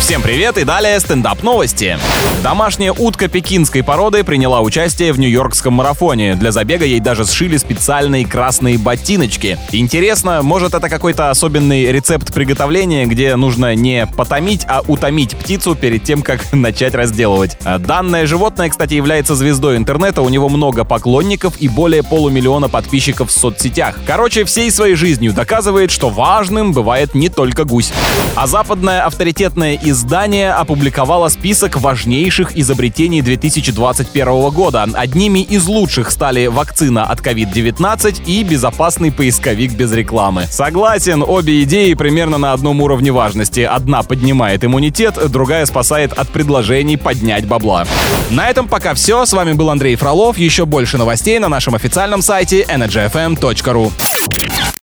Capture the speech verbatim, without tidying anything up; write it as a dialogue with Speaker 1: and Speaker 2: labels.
Speaker 1: Всем привет и далее стендап-новости. Домашняя утка пекинской породы приняла участие в нью-йоркском марафоне. Для забега ей даже сшили специальные красные ботиночки. Интересно, может это какой-то особенный рецепт приготовления, где нужно не потомить, а утомить птицу перед тем, как начать разделывать. Данное животное, кстати, является звездой интернета, у него много поклонников и более полумиллиона подписчиков в соцсетях. Короче, всей своей жизнью доказывает, что важным бывает не только гусь. А западное авторитетное издание опубликовало список важнейших изобретений две тысячи двадцать первого года. Одними из лучших стали вакцина от ковид девятнадцать и безопасный поисковик без рекламы. Согласен, обе идеи примерно на одном уровне важности. Одна поднимает иммунитет, другая спасает от предложений поднять бабла. На этом пока все. С вами был Андрей Фролов. Еще больше новостей на нашем официальном сайте энерджи эф эм точка ру.